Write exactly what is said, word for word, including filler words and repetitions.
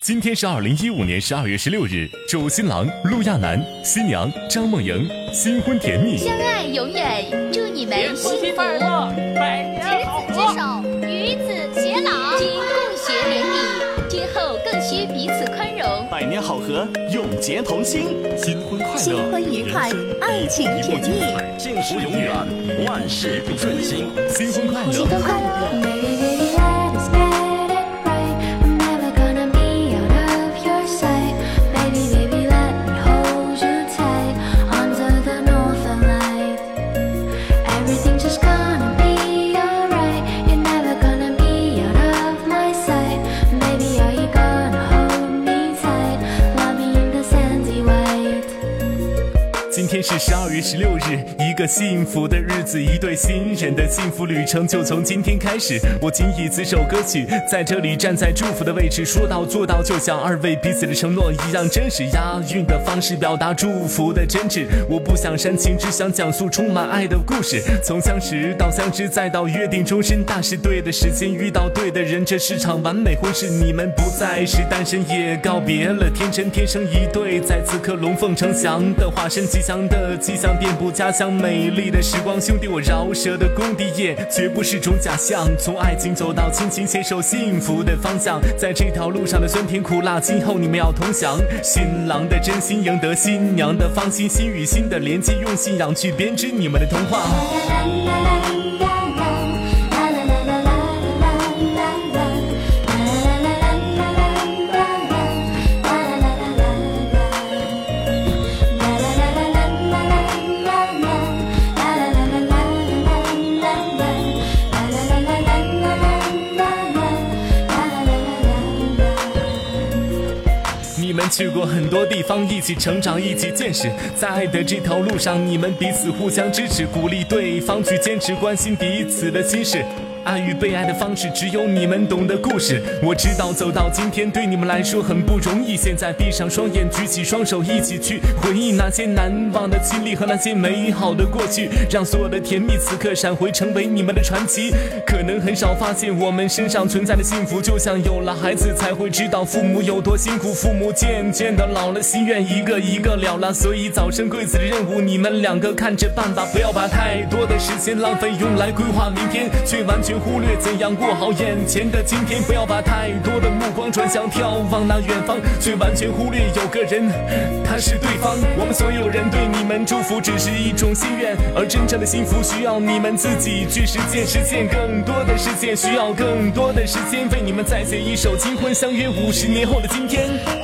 今天是二零一五年十二月十六日，祝新郎陆亚楠、新娘张梦莹新婚甜蜜， 相爱永远，祝你们幸福快乐，百年好合， 执子之手，与子偕老，今共学连理，今后更需彼此宽容， 百年好合，永结同心， 新婚快乐， 新婚愉快，爱情甜蜜， 幸福永远，万事顺心， 新婚快乐， 新婚快乐。 今天是十二月十六日，一个幸福的日子，一对新人的幸福旅程就从今天开始。我谨以此首歌曲，在这里站在祝福的位置，说到做到，就像二位彼此的承诺一样真实，押韵的方式表达祝福的真挚。我不想煽情，只想讲述充满爱的故事，从相识到相知，再到约定终身。大是对的时间遇到对的人，这是场完美婚事。你们不再是单身，也告别了天真，天生一对，在此刻龙凤呈祥的化身，吉祥的吉祥遍布家乡，美丽的时光，兄弟我饶舌的功底也绝不是种假象。从爱情走到亲情携手幸福的方向，在这条路上的酸甜苦辣，今后你们要同享。新郎的真心赢得新娘的芳心，心与心的连接，用信仰去编织你们的童话。你们去过很多地方，一起成长，一起见识，在爱的这条路上，你们彼此互相支持，鼓励对方去坚持，关心彼此的心事。爱与被爱的方式，只有你们懂的故事。我知道走到今天对你们来说很不容易，现在闭上双眼，举起双手，一起去回忆那些难忘的经历和那些美好的过去，让所有的甜蜜此刻闪回，成为你们的传奇。可能很少发现我们身上存在的幸福，就像有了孩子才会知道父母有多辛苦，父母渐渐的老了，心愿一个一个了了，所以早生贵子的任务你们两个看着办吧，不要把太多的时间浪费用来规划明天，却完全忽略怎样过好眼前的今天。不要把太多的目光转向眺望那远方，却完全忽略有个人，他是对方。我们所有人对你们祝福只是一种心愿，而真正的幸福需要你们自己去实践，实现更多的世界需要更多的时间，为你们再写一首金婚相约五十年后的今天。